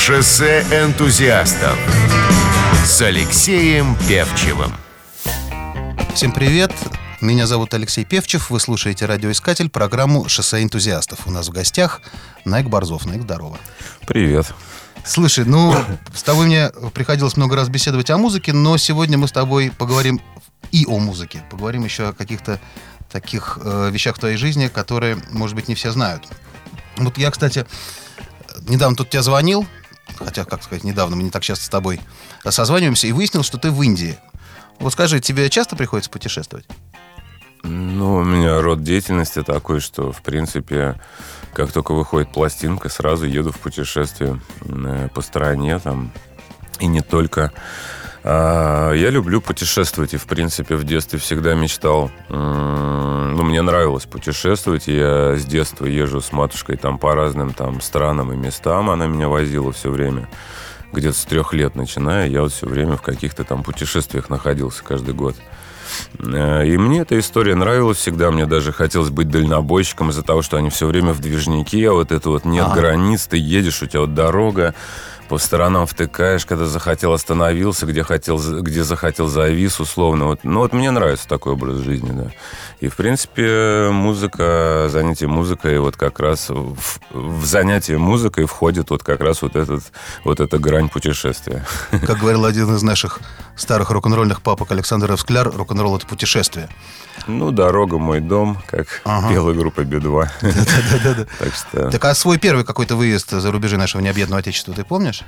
Шоссе энтузиастов с Алексеем Певчевым. Всем привет, меня зовут Алексей Певчев. Вы слушаете «Радиоискатель», программу «Шоссе энтузиастов». У нас в гостях Найк Борзов. Найк, здорово. Привет. Слушай, с тобой мне приходилось много раз беседовать о музыке, но сегодня мы с тобой поговорим и о музыке. Поговорим еще о каких-то таких вещах в твоей жизни, которые, может быть, не все знают. Вот я, кстати, недавно тут тебя звонил, хотя, как сказать, недавно, мы не так часто с тобой созваниваемся, и выяснил, что ты в Индии. Вот скажи, тебе часто приходится путешествовать? У меня род деятельности такой, что, в принципе, как только выходит пластинка, сразу еду в путешествие по стране, там, и не только. Я люблю путешествовать, и, в принципе, в детстве всегда мечтал. Мне нравилось путешествовать, я с детства езжу с матушкой там по разным там странам и местам, она меня возила все время. Где-то с 3 лет начиная, я вот все время в каких-то там путешествиях находился каждый год. И мне эта история нравилась всегда. Мне даже хотелось быть дальнобойщиком из-за того, что они все время в движнике. Вот это вот нет границ, ты едешь, у тебя вот дорога, по сторонам втыкаешь, когда захотел остановился, где захотел завис, условно. Вот мне нравится такой образ жизни, да. И, в принципе, занятие музыкой, вот как раз в занятие музыкой входит вот как раз вот эта грань путешествия. Как говорил один из наших старых рок-н-ролльных папок Александр Скляр, рок-н-ролл — это путешествие. «Дорога, мой дом», как пела группа Би-2. Да. Так, а свой первый какой-то выезд за рубежи нашего необъятного Отечества ты помнишь?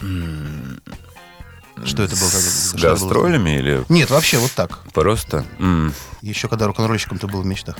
Что это было? С гастролями или... Нет, вообще вот так. Просто? Еще когда рок-н-ролльщиком ты был в мечтах.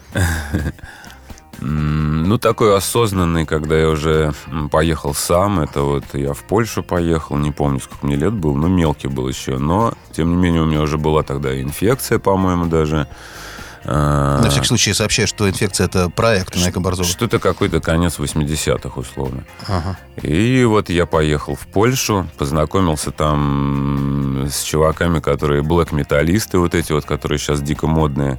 Такой осознанный, когда я уже поехал сам. Это вот я в Польшу поехал, не помню, сколько мне лет было, мелкий был еще. Но, тем не менее, у меня уже была тогда инфекция, по-моему, даже. На всякий случай сообщаю, что инфекция — это проект Найка Борзова. Что-то какой-то конец 80-х, условно. И вот я поехал в Польшу, познакомился там с чуваками, которые блэк-металлисты, вот эти вот, которые сейчас дико модные.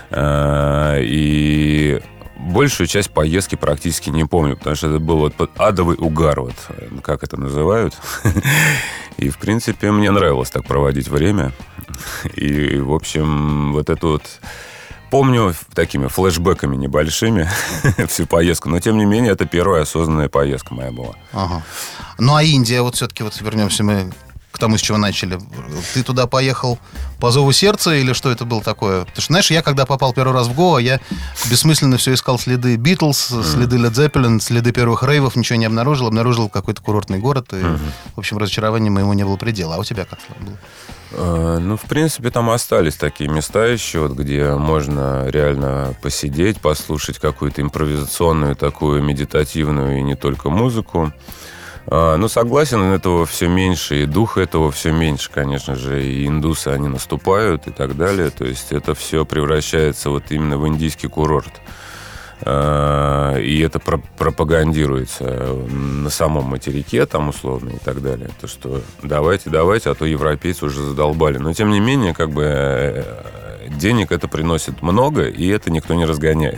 И большую часть поездки практически не помню, потому что это был вот адовый угар, вот как это называют. И, в принципе, мне нравилось так проводить время. И, в общем, вот это вот... Помню такими флешбэками небольшими всю поездку, но, тем не менее, это первая осознанная поездка моя была. А Индия, вот все-таки вот вернемся мы к тому, с чего начали. Ты туда поехал по зову сердца или что это было такое? Потому что, знаешь, я когда попал первый раз в Гоа, я бессмысленно все искал следы Битлз, следы Led Zeppelin, следы первых рейвов, ничего не обнаружил. Обнаружил какой-то курортный город, и, в общем, разочарования моему не было предела. А у тебя как было? В принципе, там остались такие места еще, где можно реально посидеть, послушать какую-то импровизационную, такую медитативную и не только музыку. Согласен, этого все меньше, и духа этого все меньше, конечно же, и индусы, они наступают и так далее. То есть это все превращается вот именно в индийский курорт. И это пропагандируется на самом материке, там, условно, и так далее. То, что давайте, а то европейцы уже задолбали. Но, тем не менее, как бы денег это приносит много, и это никто не разгоняет.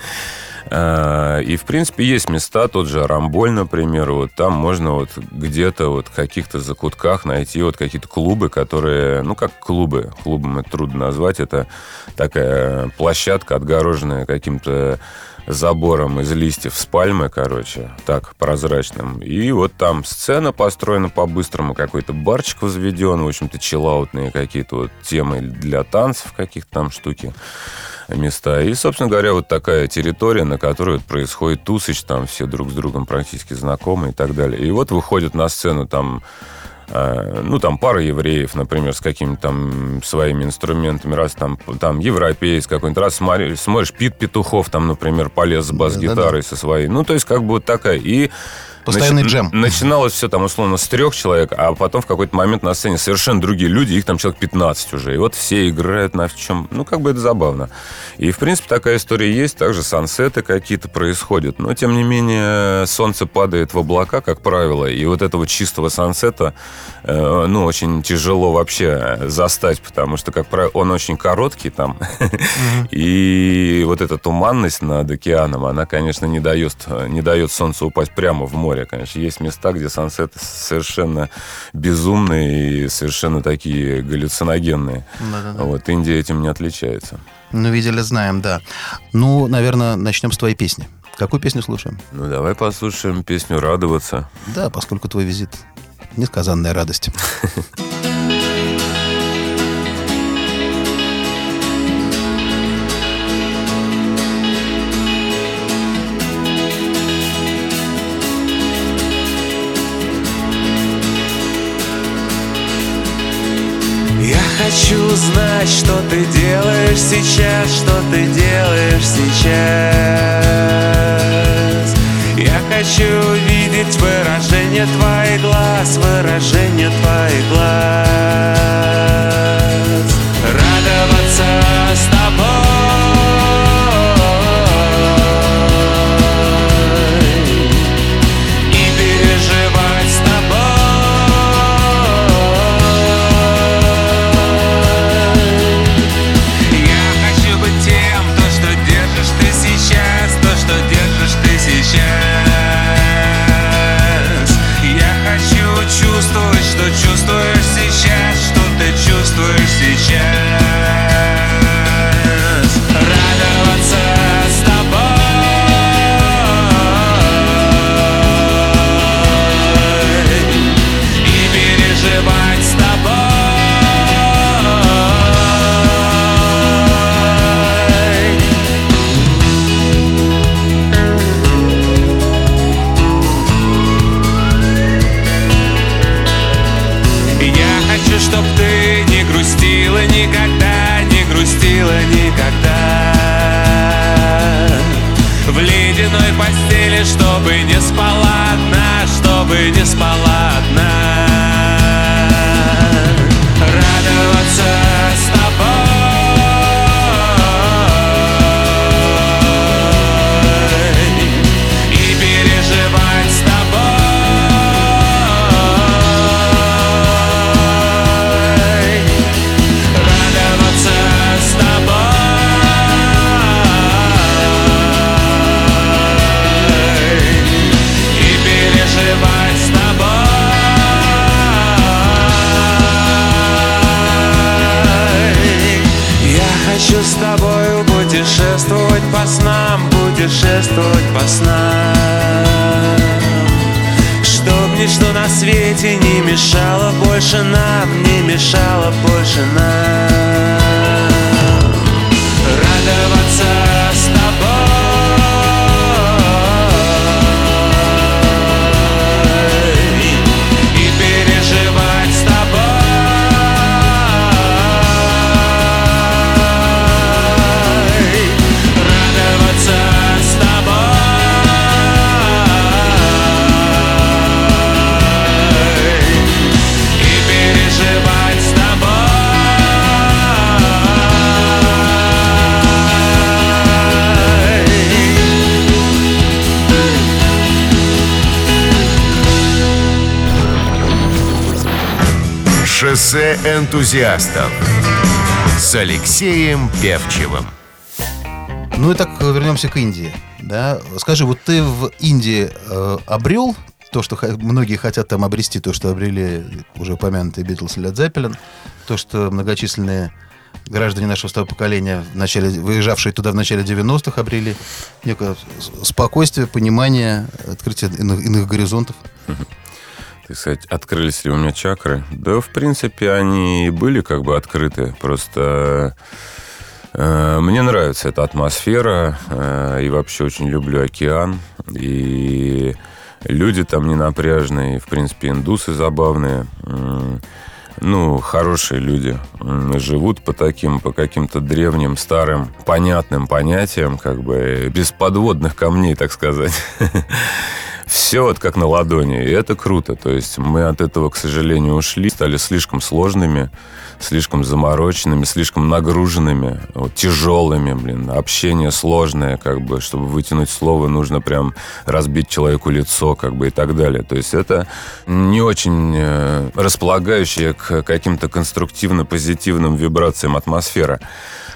И, в принципе, есть места, тот же Арамболь, например, вот там можно вот где-то вот в каких-то закутках найти вот какие-то клубы, которые, как клубы, клубом это трудно назвать, это такая площадка, отгороженная каким-то забором из листьев с пальмы, так, прозрачным. И вот там сцена построена по-быстрому, какой-то барчик возведен, в общем-то, чиллаутные какие-то вот темы для танцев, каких-то там штуки, места. И, собственно говоря, вот такая территория, на которой происходит тусыч, там все друг с другом практически знакомы и так далее. И вот выходят на сцену там пара евреев, например, с какими-то там своими инструментами, раз там европеец какой-нибудь, раз смотришь, Пит Петухов там, например, полез с бас-гитарой со своей. То есть как бы вот такая. И постоянный джем. Начиналось все там, условно, с 3 человек, а потом в какой-то момент на сцене совершенно другие люди, их там человек 15 уже. И вот все играют на чем. Как бы это забавно. И, в принципе, такая история есть. Также сансеты какие-то происходят. Но, тем не менее, солнце падает в облака, как правило. И вот этого чистого сансета, очень тяжело вообще застать, потому что, как правило, он очень короткий там. И вот эта туманность над океаном, она, конечно, не дает солнцу упасть прямо в море. море, конечно. Есть места, где сансеты совершенно безумные и совершенно такие галлюциногенные. Да-да-да. Вот, Индия этим не отличается. Ну, видели, знаем, да. Ну, наверное, начнем с твоей песни. Какую песню слушаем? Ну, давай послушаем песню «Радоваться». Да, поскольку твой визит — несказанная радость. Я хочу знать, что ты делаешь сейчас, что ты делаешь сейчас. Я хочу видеть выражение твоих глаз, выражение твоих глаз. Радоваться с тобой и переживать с тобой. Я хочу быть тем, то, что держишь ты сейчас, то, что держишь ты сейчас. Я хочу чувствовать, что чувствуешь сейчас, что ты чувствуешь сейчас. Радоваться с тобой и переживать с тобой. Я хочу, чтоб ты не грустила никогда, не грустила никогда. В ледяной постели, чтобы не спала одна, чтобы не спала одна. Радоваться с тобой и переживать с тобой. Радоваться с тобой и переживать с тобой. Я хочу с тобою путешествовать по снам, путешествовать по снам. Чтоб ничто на свете не мешало больше нам, не мешало больше нам. Радоваться с тобой и переживать с тобой. Радоваться с тобой и переживать с тобой. Шоссе энтузиастов с Алексеем Певчевым. Ну и так вернемся к Индии. Да? Скажи, вот ты в Индии обрел то, что многие хотят там обрести, то, что обрели уже упомянутые Битлз и Лед Зеппелин, то, что многочисленные граждане нашего с тобой поколения, выезжавшие туда в начале 90-х, обрели некое спокойствие, понимание, открытие иных горизонтов. Так сказать, открылись ли у меня чакры? Да, в принципе, они были как бы открыты. Просто мне нравится эта атмосфера. И вообще очень люблю океан. И люди там не напряжные. В принципе, индусы забавные. Ну, хорошие люди. Живут по каким-то древним, старым, понятным понятиям, как бы без подводных камней, так сказать. Все вот как на ладони, и это круто. То есть мы от этого, к сожалению, ушли, стали слишком сложными, слишком замороченными, слишком нагруженными, вот, тяжелыми, общение сложное, как бы, чтобы вытянуть слово, нужно прям разбить человеку лицо, как бы, и так далее. То есть это не очень располагающая к каким-то конструктивно-позитивным вибрациям атмосфера.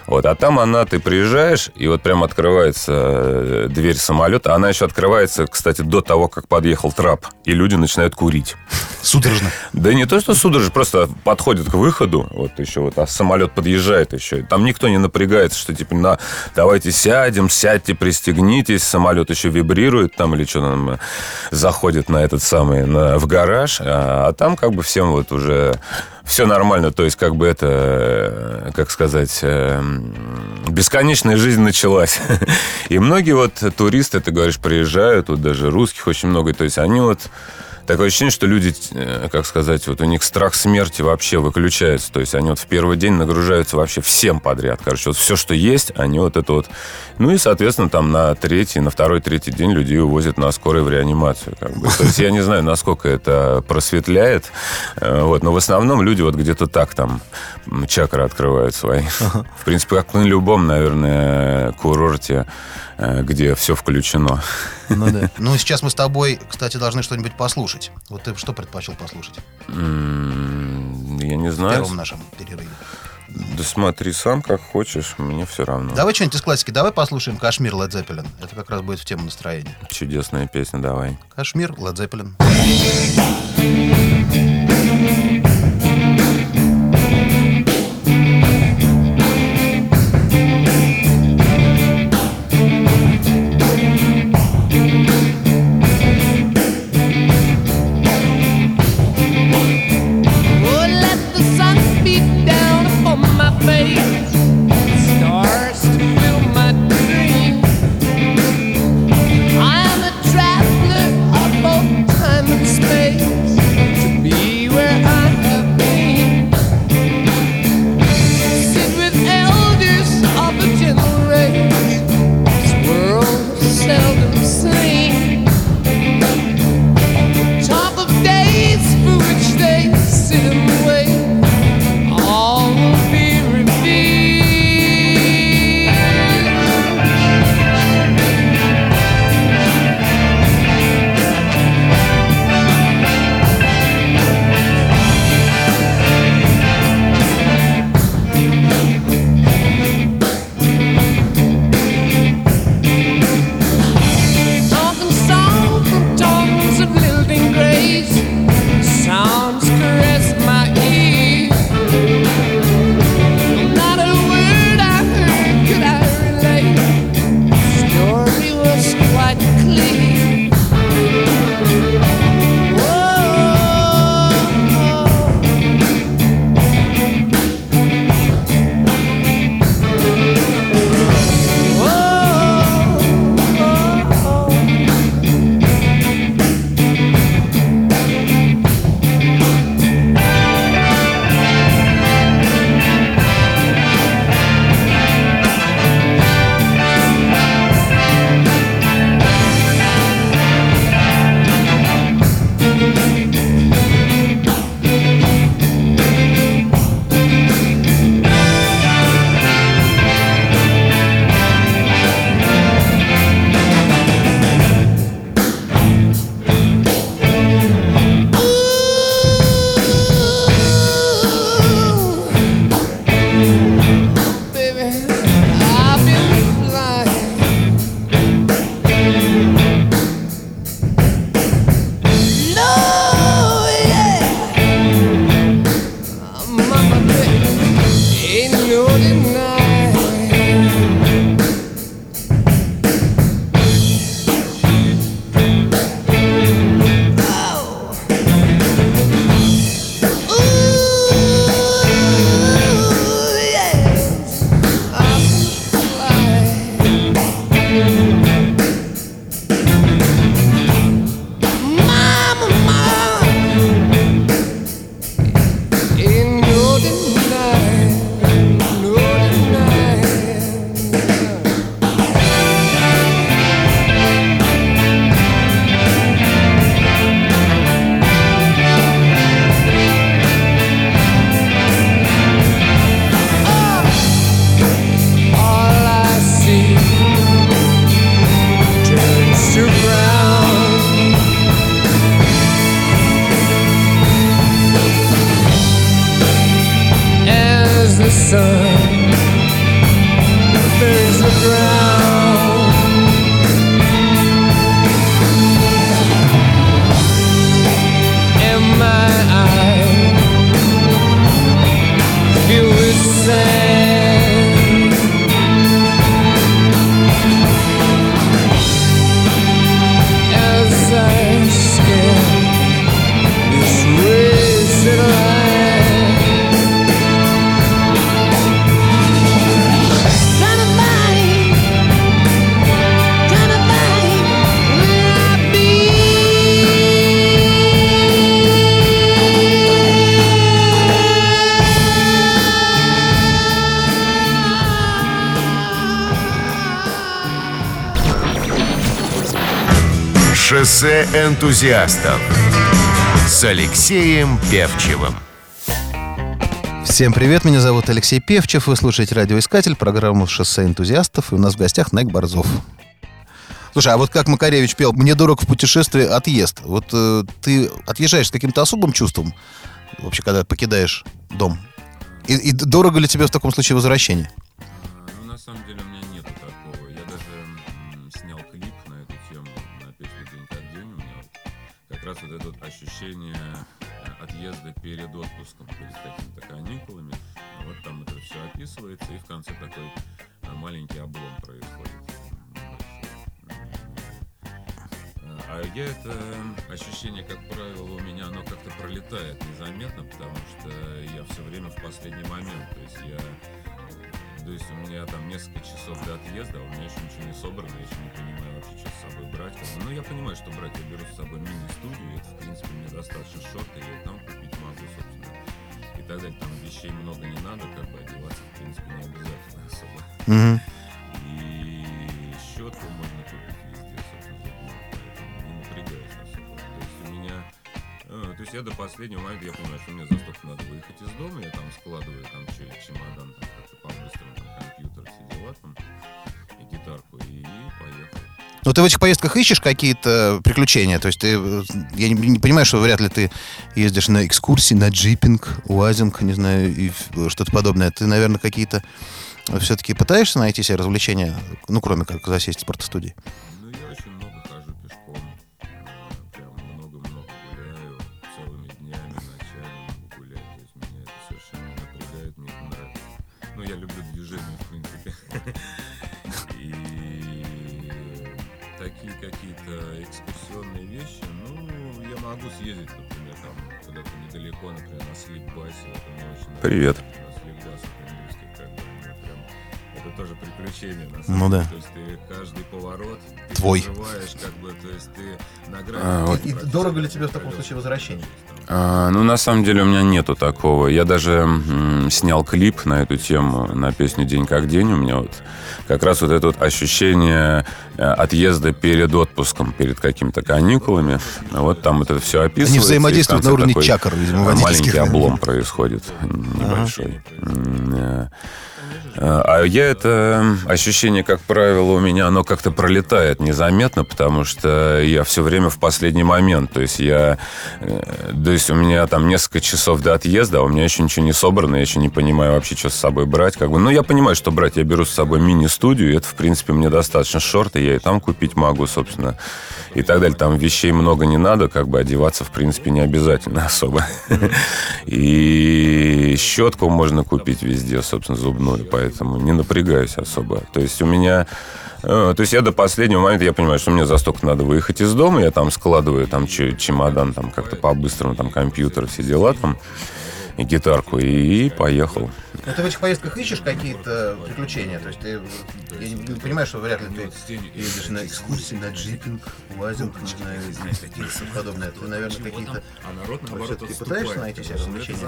Вот, а там ты приезжаешь, и вот прям открывается дверь самолета. Она еще открывается, кстати, до того, как подъехал трап, и люди начинают курить. Судорожно. Да не то, что судорожно, просто подходят к выходу, вот еще вот, а самолет подъезжает еще. Там никто не напрягается, что типа, давайте сядьте, пристегнитесь, самолет еще вибрирует там или что там, заходит на этот самый, в гараж, а там как бы всем вот уже все нормально, то есть как бы это, как сказать, бесконечная жизнь началась. И многие вот туристы, ты говоришь, приезжают, вот даже русских очень много, то есть они вот... Такое ощущение, что люди, как сказать, вот у них страх смерти вообще выключается. То есть они вот в первый день нагружаются вообще всем подряд. Короче, вот все, что есть, они вот это вот... Ну и, соответственно, там на второй-третий день людей увозят на скорой в реанимацию. Как бы. То есть я не знаю, насколько это просветляет. Вот, но в основном люди вот где-то так там чакры открывают свои. В принципе, как на любом, наверное, курорте, где все включено. Ну да. Ну, сейчас мы с тобой, кстати, должны что-нибудь послушать. Вот ты что предпочел послушать? Я не В знаю. первом нашем перерыве. Да смотри сам, как хочешь, мне все равно. Давай что-нибудь из классики. Давай послушаем «Кашмир» Led Zeppelin. Это как раз будет в тему настроения. Чудесная песня, давай. «Кашмир» Led Zeppelin. Traveler of both time and space. Шоссе энтузиастов с Алексеем Певчевым. Всем привет, меня зовут Алексей Певчев. Вы слушаете «Радиоискатель», программу «Шоссе энтузиастов». И у нас в гостях Найк Борзов. Слушай, а вот как Макаревич пел «Мне дорог в путешествии отъезд». Вот ты отъезжаешь с каким-то особым чувством, вообще, когда покидаешь дом? И дорого ли тебе в таком случае возвращение? Ну, на самом деле, у меня нету такого. Я даже снял клип на эту тему, на песню «День как день». У меня как раз вот это вот ощущение отъезда перед отпуском, перед какими-то каникулами. Вот там это все описывается, и в конце такой маленький облом происходит. А я это ощущение, как правило, у меня оно как-то пролетает незаметно, потому что я все время в последний момент. То есть у меня там несколько часов до отъезда, а у меня еще ничего не собрано, я еще не понимаю вообще, что с собой брать. Ну, я понимаю, что брать я беру с собой мини-студию, это, в принципе, мне достаточно шорты, я и там купить могу, собственно, и так далее. Там вещей много не надо, как бы одеваться, в принципе, не обязательно особо. И щетку можно купить везде, собственно, поэтому не напрягаюсь особо. То есть у меня... То есть я до последнего момента, я понимаю, что мне за столько надо выехать из дома, я там складываю там чемодан, там как-то по-быстрому, там компьютер, все дела там, и гитарку, и поехал. Ну, ты в этих поездках ищешь какие-то приключения? То есть ты, я не понимаю, что вряд ли ты ездишь на экскурсии, на джипинг, уазинг, не знаю, и что-то подобное. Ты, наверное, какие-то все-таки пытаешься найти себе развлечения, ну, кроме как засесть в спортстудии? Ну, я очень много хожу пешком, прям много-много гуляю, целыми днями, ночами могу гулять. То есть меня это совершенно не напрягает, мне это нравится. Ну, я люблю движение, в принципе. И такие какие-то экскурсионные вещи, ну, я могу съездить, например, там куда-то недалеко, например, на слип-басе. Это мне очень нравится. Привет. На слип-басах индийских, как бы, мне прям... Это тоже приключение, на самом деле. Ну да. То есть ты каждый поворот ты твой переживаешь, как бы, то есть ты на грани... И дорого ли тебе в таком случае возвращение? Ну, на самом деле, у меня нету такого. Я даже снял клип на эту тему, на песню «День как день». У меня вот как раз вот это вот ощущение отъезда перед отпуском, перед какими-то каникулами. Вот там это все описывается. Они взаимодействуют на уровне чакр, видимо, маленький облом происходит, небольшой. А я это ощущение, как правило, у меня оно как-то пролетает незаметно, потому что я все время в последний момент. То есть у меня там несколько часов до отъезда, а у меня еще ничего не собрано, я еще не понимаю вообще, что с собой брать. Как бы. Ну, я понимаю, что брать я беру с собой мини-студию, и это, в принципе, мне достаточно шорты, я и там купить могу, собственно, и так далее. Там вещей много не надо, как бы одеваться, в принципе, не обязательно особо. И щетку можно купить везде, собственно, зубную, поэтому не напрягаюсь особо. То есть у меня... То есть я до последнего момента, я понимаю, что мне за столько надо выехать из дома, я там складываю там чемодан, там как-то по-быстрому, там компьютер, все дела там, и гитарку, и поехал. Но ты в этих поездках ищешь какие-то приключения? То есть ты, я не понимаю, что вряд ли ты ездишь на экскурсии, на джипинг, уазинг, не знаю, и что-то подобное. Ты, наверное, какие-то... все-таки пытаешься найти себе развлечения?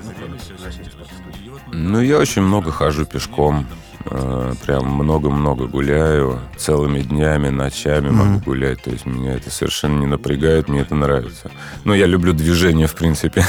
Ну, я очень много хожу пешком. Прям много-много гуляю. Целыми днями, ночами могу гулять. То есть меня это совершенно не напрягает, мне это нравится. Ну, я люблю движение, в принципе.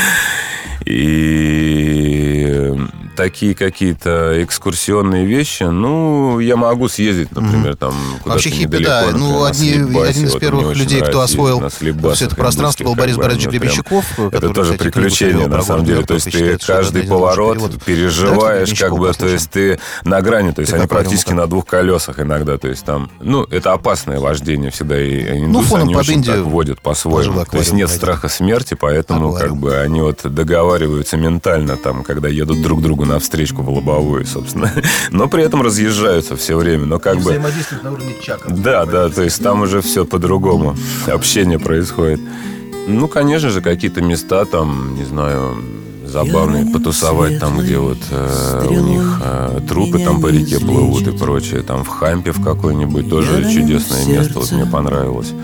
И такие какие-то экскурсионные вещи, ну, я могу съездить, например, там куда-то вообще недалеко. Да. Например, ну, один из первых людей, кто освоил все это пространство, был Борис Борисович Гребенщиков. Это тоже приключение, на самом деле. То есть ты каждый поворот переживаешь, как бы, то есть ты на грани, то есть они практически на двух колесах иногда, то есть там, ну, это опасное вождение всегда, и индусы, они очень так водят по-своему. То есть нет страха смерти, поэтому как бы они вот договариваются ментально, там, когда едут друг другу навстречу в лобовую, собственно. Но при этом разъезжаются все время. Но как бы... взаимодействуют на уровне чакр. Да, то есть там уже все по-другому. Общение происходит. Ну, конечно же, какие-то места там, не знаю, забавные, потусовать там, где вот у них трупы там по реке плывут и прочее. Там в Хампе в какой-нибудь тоже чудесное место, вот мне понравилось.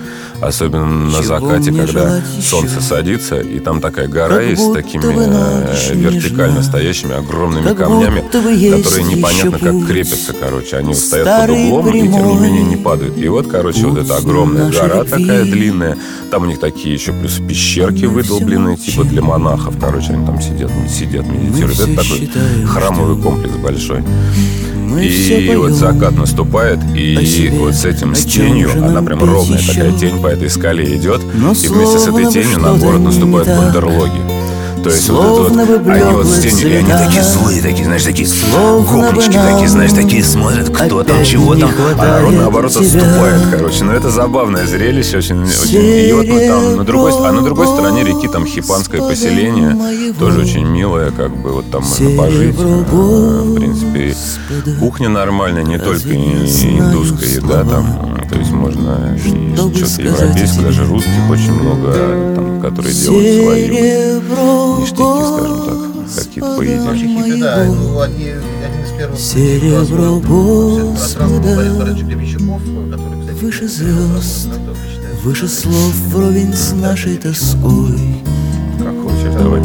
особенно на закате, когда солнце садится, и там такая гора есть с такими вертикально стоящими огромными камнями, которые непонятно как крепятся, короче. Они стоят под углом и, тем не менее, не падают. И вот, короче, вот эта огромная гора такая длинная. Там у них такие еще плюс пещерки выдолбленные, типа для монахов, короче. Они там сидят, медитируют. Это такой храмовый комплекс большой. И вот закат наступает, и вот с этим, с тенью, она прям ровная такая тень по этой скале идет, и вместе с этой тенью на город наступают бандерлоги. То есть вот это вот, они вот с тенью, и они такие злые, такие, знаешь, такие гопнички такие, знаешь, такие смотрят, кто там, чего там, а народ, наоборот, отступает, короче. Но это забавное зрелище, очень. И вот мы там, на другой стороне реки, там хипанское поселение, тоже очень милое, как бы, вот там можно пожить. В принципе, кухня нормальная, не только индусская еда, там, то есть можно есть что-то европейское, даже русских очень много, там, которые делают свои ништяки, скажем так, какие-то по еде. Вообще хиппи, да, ну, один из первых серебро Господа, гребенщиков, которые, кстати, выше звезд, выше слов вровень с нашей тоской. Как хочешь, давай.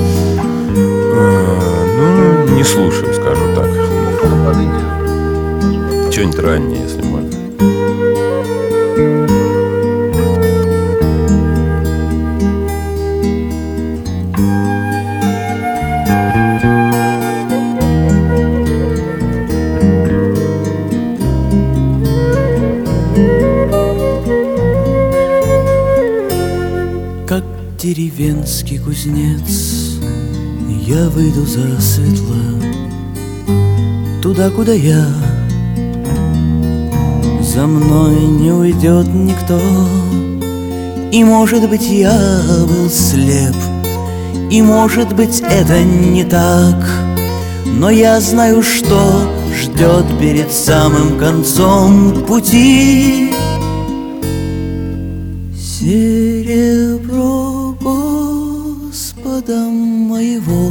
Ну, не слушаю, скажу так. Что-нибудь раннее, если можно. Деревенский кузнец, я выйду засветло туда, куда я. За мной не уйдет никто. И, может быть, я был слеп, и, может быть, это не так, но я знаю, что ждет перед самым концом пути. Серебро Господа моего,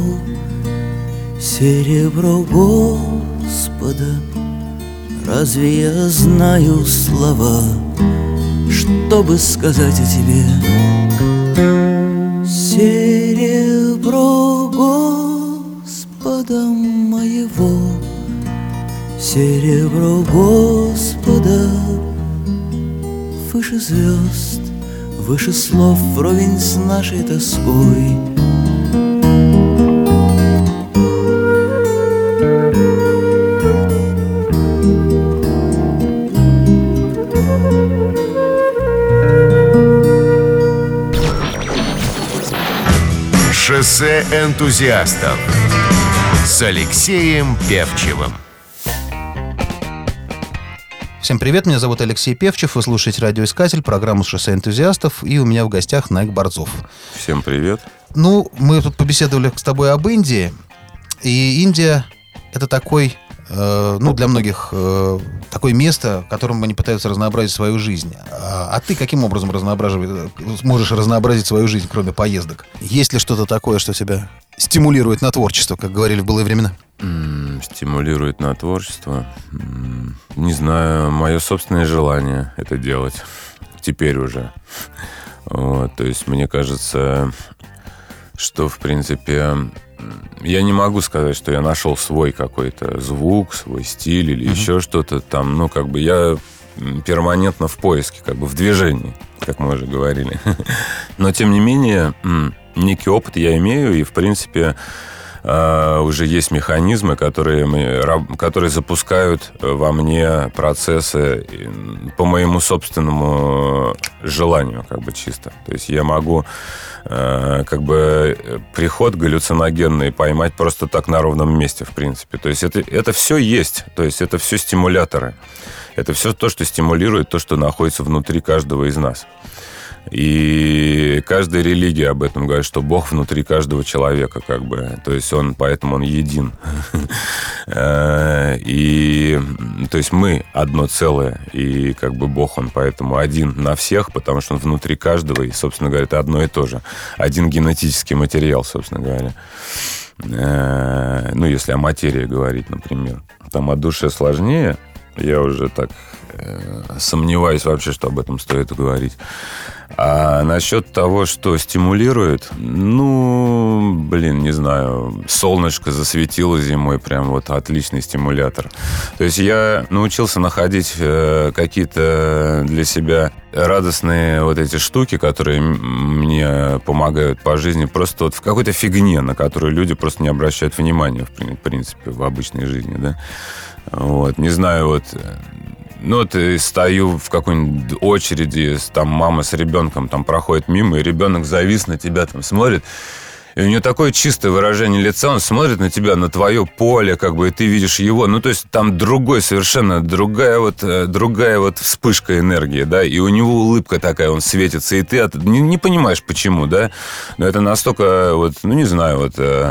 серебро Господа, разве я знаю слова, чтобы сказать о тебе? Серебро Господа моего, серебро Господа, выше звезд, выше слов вровень с нашей тоской. Шоссе энтузиастов с Алексеем Певчевым. Всем привет, меня зовут Алексей Певчев, вы слушаете «Радиоискатель», программу «Шоссе энтузиастов», и у меня в гостях Найк Борзов. Всем привет. Ну, мы тут побеседовали с тобой об Индии, и Индия — это такой, для многих, такое место, в котором они пытаются разнообразить свою жизнь. А ты каким образом можешь разнообразить свою жизнь, кроме поездок? Есть ли что-то такое, что тебя стимулирует на творчество, как говорили в былые времена? Стимулирует на творчество? Не знаю, мое собственное желание это делать. Теперь уже. Вот, то есть, мне кажется, что, в принципе, я не могу сказать, что я нашел свой какой-то звук, свой стиль или еще что-то там. Ну, как бы я перманентно в поиске, как бы в движении, как мы уже говорили. Но, тем не менее, некий опыт я имею, и, в принципе, уже есть механизмы, которые запускают во мне процессы по моему собственному желанию, как бы чисто. То есть я могу как бы приход галлюциногенный поймать просто так на ровном месте, в принципе. То есть это все есть, то есть это все стимуляторы. Это все то, что стимулирует то, что находится внутри каждого из нас. И каждая религия об этом говорит, что Бог внутри каждого человека, как бы. То есть поэтому он един. И то есть мы одно целое, и как бы Бог, он поэтому один на всех, потому что он внутри каждого, и, собственно говоря, это одно и то же. Один генетический материал, собственно говоря. Ну, если о материи говорить, например. Там о душе сложнее. Я уже так сомневаюсь вообще, что об этом стоит говорить. А насчет того, что стимулирует, не знаю, солнышко засветило зимой, прям вот отличный стимулятор. То есть я научился находить какие-то для себя радостные вот эти штуки, которые мне помогают по жизни, просто вот в какой-то фигне, на которую люди просто не обращают внимания, в принципе, в обычной жизни, да. Вот, не знаю, вот... ты стою в какой-нибудь очереди, там мама с ребенком там проходит мимо, и ребенок завис на тебя, там смотрит, и у него такое чистое выражение лица, он смотрит на тебя, на твое поле, как бы, и ты видишь его, то есть там совершенно другая вот вспышка энергии, да, и у него улыбка такая, он светится, и ты не понимаешь, почему, да, но это настолько, не знаю,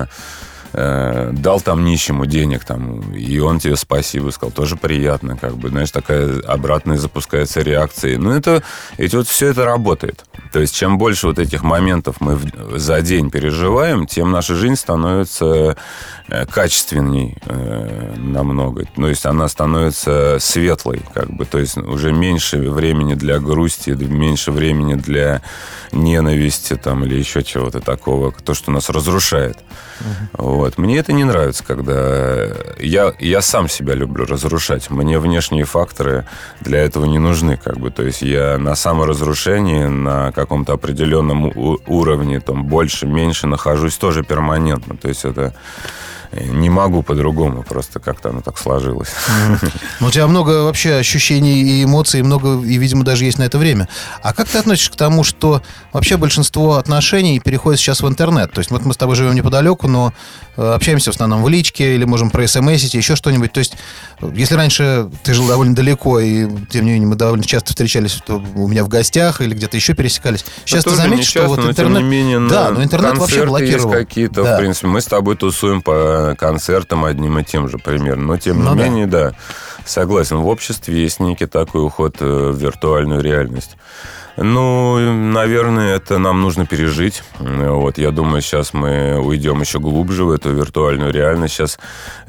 дал там нищему денег, там, и он тебе спасибо сказал, тоже приятно, как бы, знаешь, такая обратная запускается реакция. Все это работает. То есть, чем больше вот этих моментов мы за день переживаем, тем наша жизнь становится качественней намного. То есть, она становится светлой, как бы, то есть, уже меньше времени для грусти, меньше времени для ненависти, там, или еще чего-то такого, то, что нас разрушает. Вот. Мне это не нравится, когда... Я сам себя люблю разрушать. Мне внешние факторы для этого не нужны, как бы. То есть я на саморазрушении, на каком-то определенном уровне, там, больше-меньше нахожусь тоже перманентно. То есть это... Не могу по-другому, просто как-то оно так сложилось. У тебя много вообще ощущений и эмоций, много, и, видимо, даже есть на это время. А как ты относишься к тому, что вообще большинство отношений переходит сейчас в интернет? То есть вот мы с тобой живем неподалеку, но общаемся в основном в личке или можем просмсить, еще что-нибудь. То есть если раньше ты жил довольно далеко, и тем не менее мы довольно часто встречались у меня в гостях или где-то еще пересекались, сейчас ты заметишь, что вот интернет... Тем не менее, да, но интернет вообще блокировал. Есть какие-то, да. В принципе, мы с тобой тусуем по концертам одним и тем же примерно. Но, тем не менее, да, согласен, в обществе есть некий такой уход в виртуальную реальность. Наверное, это нам нужно пережить. Вот, я думаю, сейчас мы уйдем еще глубже в эту виртуальную реальность. Сейчас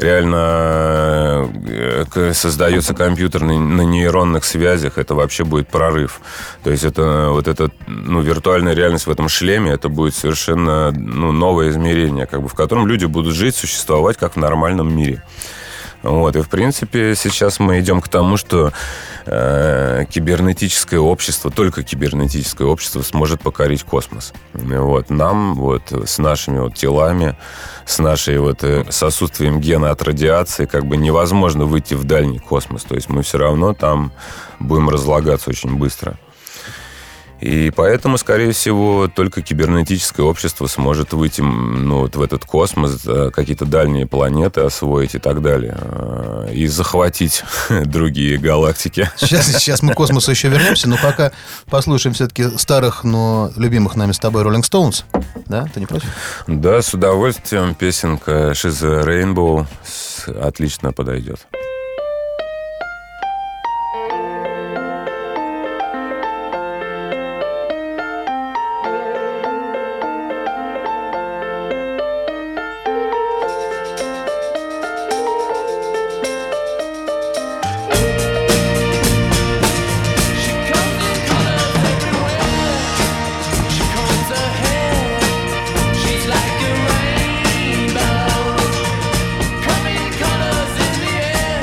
реально создается компьютер на нейронных связях. Это вообще будет прорыв. То есть это виртуальная реальность в этом шлеме, это будет совершенно новое измерение, как бы, в котором люди будут жить, существовать как в нормальном мире. Вот, и, в принципе, сейчас мы идем к тому, что кибернетическое общество, только кибернетическое общество сможет покорить космос. Вот, нам с нашими телами, с нашей с отсутствием гена от радиации, как бы невозможно выйти в дальний космос. То есть мы все равно там будем разлагаться очень быстро. И поэтому, скорее всего, только кибернетическое общество сможет выйти в этот космос, какие-то дальние планеты освоить и так далее, и захватить другие галактики. Сейчас мы к космосу еще вернемся, но пока послушаем все-таки старых, но любимых нами с тобой Rolling Stones. Да? Ты не против? Да, с удовольствием. Песенка «She's a Rainbow» отлично подойдет. She's like a rainbow, coming colors in the air.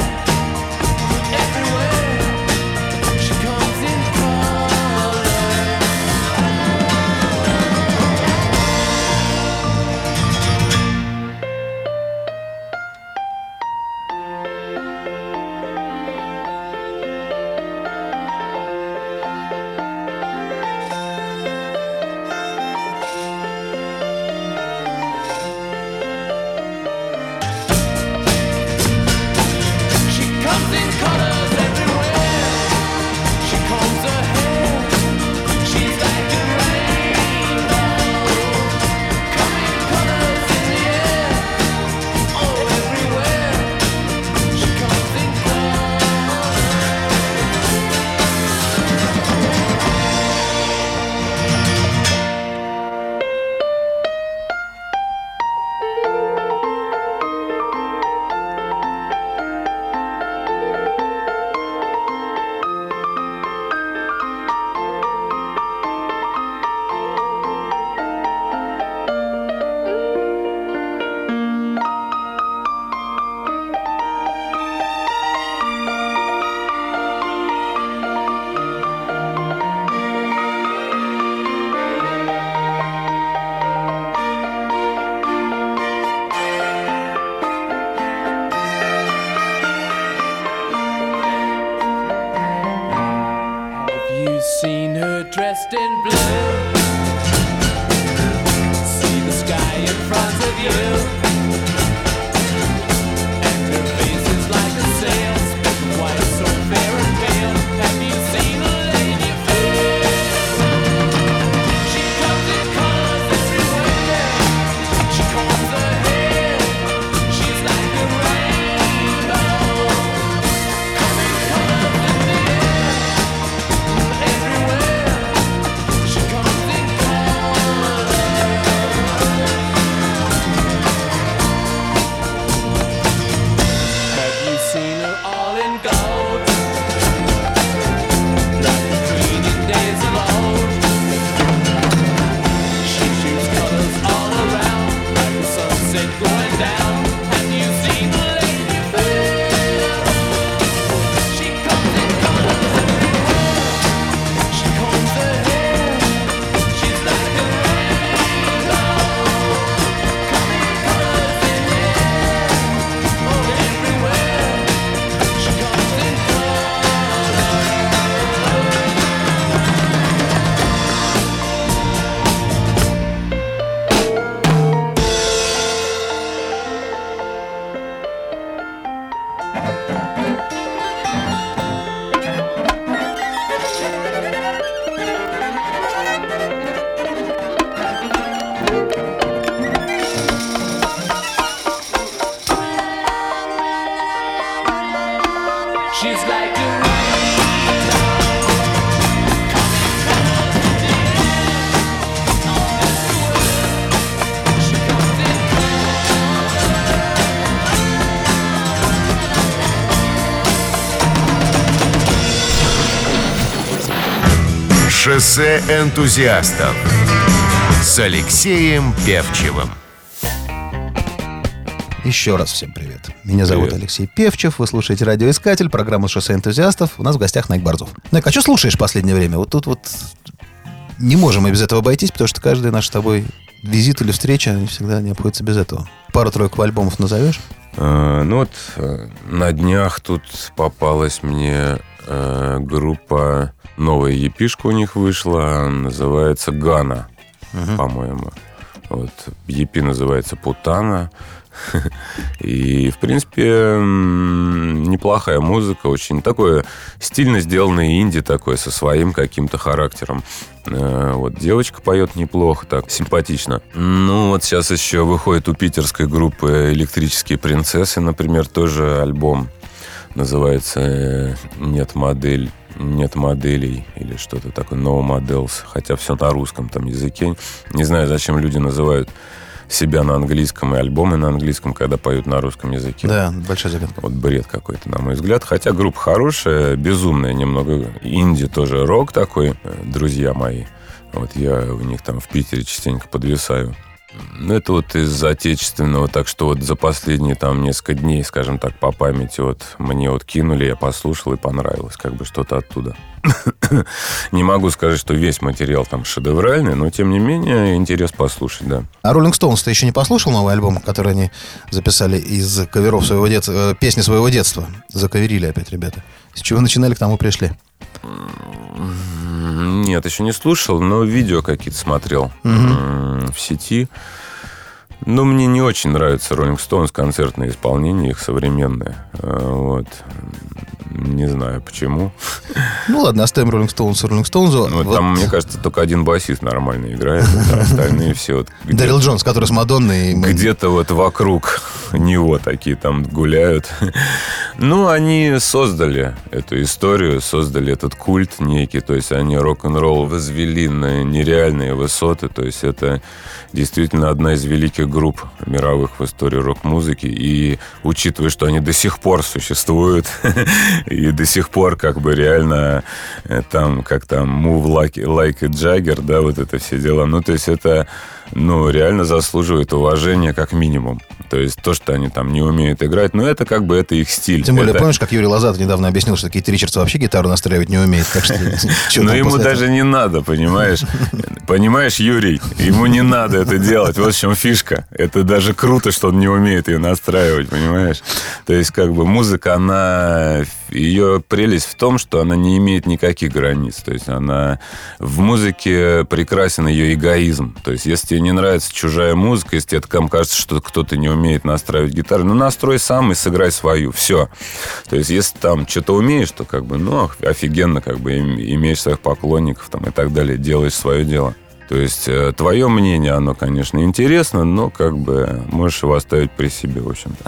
«Шоссе энтузиастов» с Алексеем Певчевым. Еще раз всем привет. Меня зовут Алексей Певчев. Вы слушаете «Радиоискатель», программу «Шоссе энтузиастов». У нас в гостях Найк Борзов. Найк, а что слушаешь в последнее время? Вот тут вот не можем мы без этого обойтись, потому что каждый наш с тобой визит или встреча всегда не обходится без этого. Пару-тройку альбомов назовешь? Ну вот на днях тут попалась мне группа, новая епишка у них вышла, называется «Гана», по-моему. Вот, EP называется «Путана». И, в принципе, неплохая музыка, очень такое стильно сделанное инди такое, со своим каким-то характером. Вот девочка поет неплохо, так, симпатично. Ну, вот сейчас еще выходит у питерской группы «Электрические принцессы», например, тоже альбом. Называется «Нет моделей» или что-то такое, «No Models», хотя все на русском там языке. Не знаю, зачем люди называют себя на английском и альбомы на английском, когда поют на русском языке. Да, большая загадка. Вот бред какой-то, на мой взгляд. Хотя группа хорошая, безумная немного. Инди тоже, рок такой, друзья мои. Вот я у них там в Питере частенько подвисаю. Это вот из отечественного, так что вот за последние там несколько дней, скажем так, по памяти вот мне вот кинули, я послушал и понравилось, как бы что-то оттуда. Не могу сказать, что весь материал там шедевральный, но тем не менее интерес послушать, да. А Rolling Stones ты еще не послушал новый альбом, который они записали из каверов своего детства, песни своего детства? Закаверили опять ребята. С чего начинали, к тому пришли? Нет, еще не слушал, но видео какие-то смотрел в сети. Но мне не очень нравится Rolling Stones, концертное исполнение, их современное. Вот. Не знаю, почему. Ну ладно, оставим Rolling Stones. Ну, вот. Там, мне кажется, только один басист нормально играет, а остальные все вот... Даррел Джонс, который с Мадонной... Где-то вот вокруг него такие там гуляют. Ну, они создали эту историю, создали этот культ некий, то есть они рок-н-ролл возвели на нереальные высоты, то есть это действительно одна из великих групп мировых в истории рок-музыки, и учитывая, что они до сих пор существуют, и до сих пор как бы реально там, как там, Move Like a Jagger, да, вот это все дела, ну, то есть это, ну, реально заслуживает уважения как минимум. То есть то, что они там не умеют играть, ну, это как бы это их стиль. Тем более, помнишь, как Юрий Лозатый недавно объяснил, что Кит Ричардс вообще гитару настраивать не умеет, так что... Но ему даже не надо, понимаешь? Понимаешь, Юрий, ему не надо это делать, вот в чем фишка. Это даже круто, что он не умеет ее настраивать, понимаешь? То есть как бы музыка, она... Ее прелесть в том, что она не имеет никаких границ. То есть она... В музыке прекрасен ее эгоизм. То есть если тебе не нравится чужая музыка, если тебе там кажется, что кто-то не умеет настраивать гитару, ну, настрой сам и сыграй свою. Все. То есть если там что-то умеешь, то как бы, ну, офигенно, как бы имеешь своих поклонников там и так далее, делаешь свое дело. То есть твое мнение, оно, конечно, интересно, но как бы можешь его оставить при себе, в общем-то.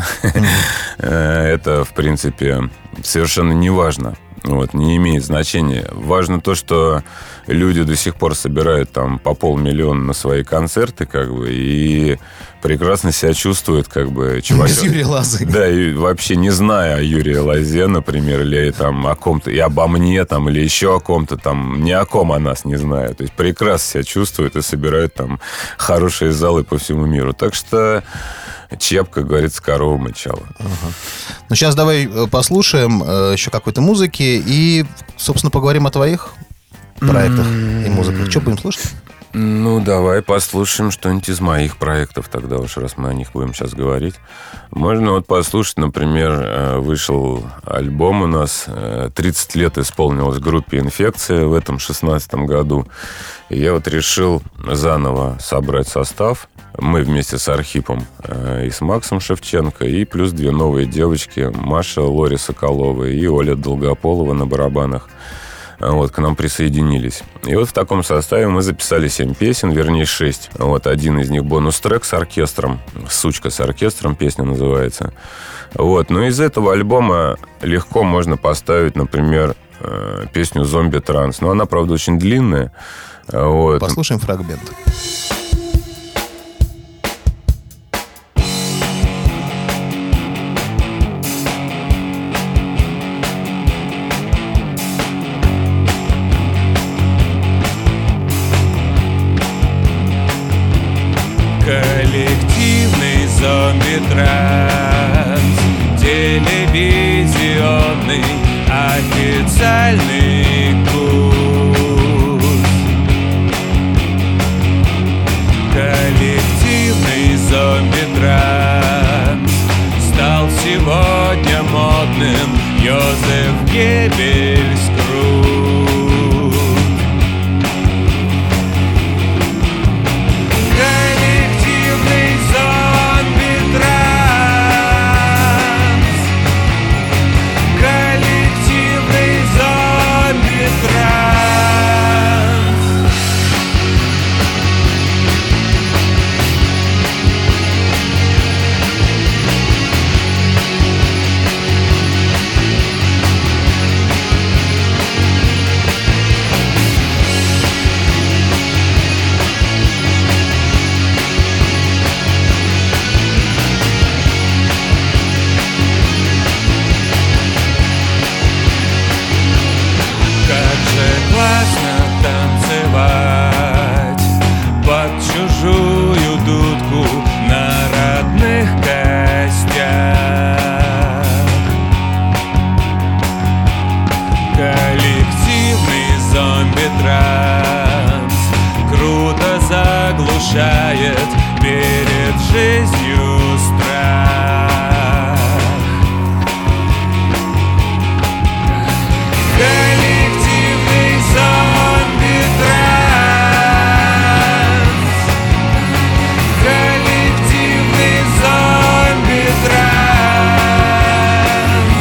Это, в принципе, совершенно не важно. Вот, не имеет значения. Важно то, что люди до сих пор собирают там по 500 000 на свои концерты, как бы, и прекрасно себя чувствуют, как бы, чувак. Без Юрия Лозы. Да, и вообще не зная о Юрии Лозе, например, или там о ком-то, и обо мне, там, или еще о ком-то, там, ни о ком о нас не знают. То есть прекрасно себя чувствуют и собирают там хорошие залы по всему миру. Так что чеп, как говорится, корова мычала. Ну, сейчас давай послушаем еще какой-то музыки и, собственно, поговорим о твоих проектах и музыках. Что будем слушать? Ну, давай послушаем что-нибудь из моих проектов тогда уж, раз мы о них будем сейчас говорить. Можно вот послушать, например, вышел альбом у нас, 30 лет исполнилось группе «Инфекция» в этом 16-м году. И я вот решил заново собрать состав. Мы вместе с Архипом и с Максом Шевченко, и плюс 2 новые девочки, Маша Лори Соколова и Оля Долгополова на барабанах. Вот, к нам присоединились. И вот в таком составе мы записали 7 песен, вернее 6. Вот, один из них бонус-трек с оркестром. «Сучка с оркестром» песня называется. Вот, но из этого альбома легко можно поставить, например, песню «Зомби Транс». Но она, правда, очень длинная. Вот. Послушаем фрагмент. зомби-транс, телевизионный официальный курс. Коллективный зомби-транс стал сегодня модным. Йозеф Геббельс крут. Коллективный зомби-транс, коллективный зомби-транс. Классно танцевать под чужую дудку на родных костях. Коллективный зомби-транс круто заглушает перед жизнью страх. Коллективный зомби-транс, коллективный зомби-транс,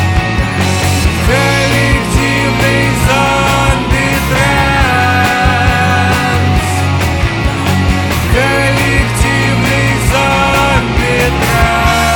коллективный зомби-транс, коллективный зомби-транс.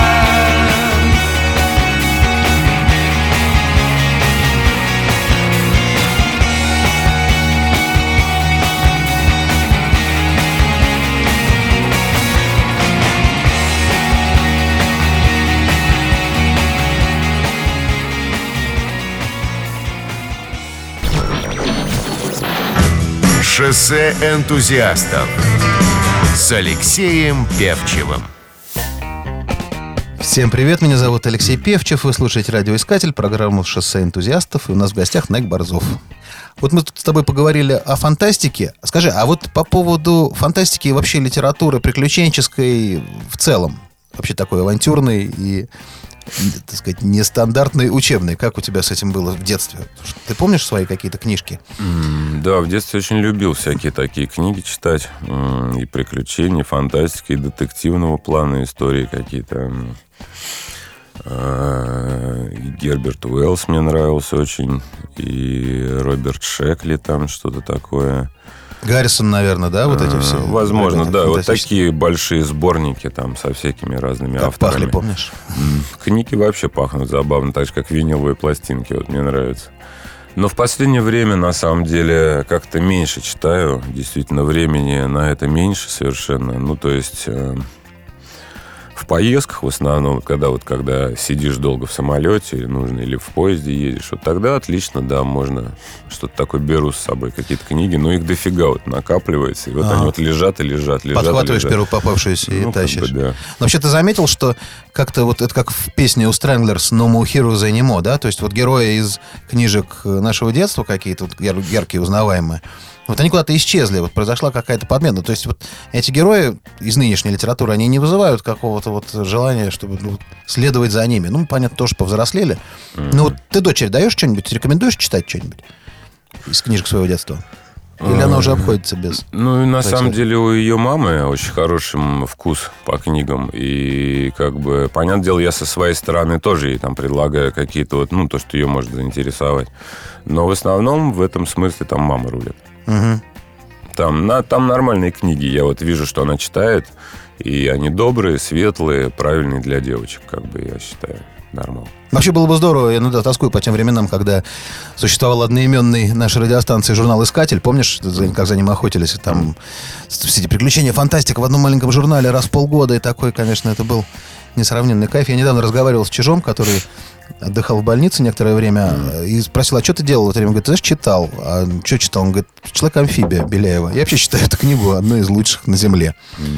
Шоссе энтузиастов с Алексеем Певчевым. Всем привет, меня зовут Алексей Певчев. Вы слушаете «Радиоискатель», программу «Шоссе энтузиастов». И у нас в гостях Найк Борзов. Вот мы тут с тобой поговорили о фантастике. Скажи, а вот по поводу фантастики и вообще литературы приключенческой в целом, вообще такой авантюрной и, так сказать, нестандартной, учебной, как у тебя с этим было в детстве? Ты помнишь свои какие-то книжки? Да, в детстве очень любил всякие такие книги читать. И приключения, и фантастики, и детективного плана истории какие-то. И Герберт Уэллс мне нравился очень. И Роберт Шекли там что-то такое. Гаррисон, наверное, да, вот эти все? Возможно, да. Вот такие большие сборники там со всякими разными как авторами. пахли, помнишь? Книги вообще пахнут забавно, так же, как виниловые пластинки. Вот мне нравится. Но в последнее время, на самом деле, как-то меньше читаю. Действительно, времени на это меньше совершенно. Ну, то есть... В поездках в основном, когда сидишь долго в самолете, или в поезде едешь, вот тогда отлично, да, можно что-то такое, беру с собой, какие-то книги, но их дофига вот накапливается, и вот они вот лежат и лежат. Подхватываешь первую попавшуюся и тащишь. Да. Но вообще ты заметил, что как-то вот это как в песне у Stranglers «No More Heroes Anymore», да? То есть вот герои из книжек нашего детства какие-то вот яркие, узнаваемые, вот они куда-то исчезли, вот произошла какая-то подмена. То есть вот эти герои из нынешней литературы, они не вызывают какого-то вот желания, чтобы следовать за ними. Ну, понятно, тоже повзрослели. Но вот ты дочери даешь что-нибудь, рекомендуешь читать что-нибудь из книжек своего детства? Или она уже обходится без... Ну, и на самом деле у ее мамы очень хороший вкус по книгам. И, как бы, понятное дело, я со своей стороны тоже ей там предлагаю какие-то вот, то, что ее может заинтересовать. Но в основном в этом смысле там мама рулит. Угу. Там нормальные книги. Я вот вижу, что она читает. И они добрые, светлые, правильные для девочек, как бы, я считаю. Нормально. Вообще было бы здорово, я иногда тоскую по тем временам, когда существовал одноименный нашей радиостанции журнал «Искатель». Помнишь, как за ним охотились? Там все эти приключения, фантастика в одном маленьком журнале раз в полгода. И такой, конечно, это был несравненный кайф. Я недавно разговаривал с Чижом, который отдыхал в больнице некоторое время, и спросил, а что ты делал в это время? Он говорит, ты знаешь, читал. А что читал? Он говорит, «Человек-амфибия» Беляева. Я вообще считаю эту книгу одной из лучших на Земле.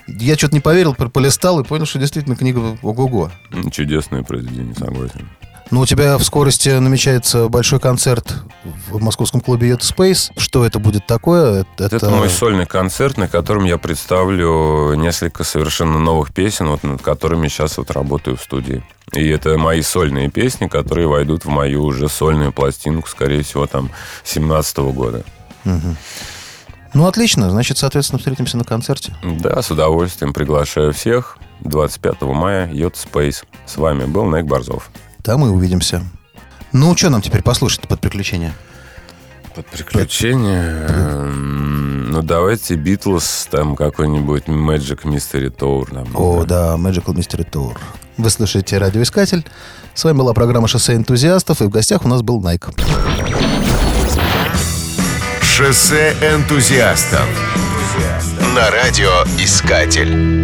Я что-то не поверил, полистал и понял, что действительно книга ого-го. Чудесное произведение, согласен. Ну, у тебя в скорости намечается большой концерт в московском клубе Йота Спейс. Что это будет такое? Это мой сольный концерт, на котором я представлю несколько совершенно новых песен, вот, над которыми сейчас вот работаю в студии. И это мои сольные песни, которые войдут в мою уже сольную пластинку, скорее всего, там, 17-го года. Угу. Ну, отлично. Значит, соответственно, встретимся на концерте. Да, с удовольствием приглашаю всех. 25 мая, Йота Спейс. С вами был Найк Борзов. Там и увидимся. Ну, что нам теперь послушать под приключения? Под приключения? Ну, давайте Битлз, там какой-нибудь Magic Mystery Tour. О, да, Magical Mystery Tour. Вы слушаете «Радиоискатель». С вами была программа «Шоссе энтузиастов», и в гостях у нас был Найк. «Шоссе энтузиастов» на «Радиоискатель».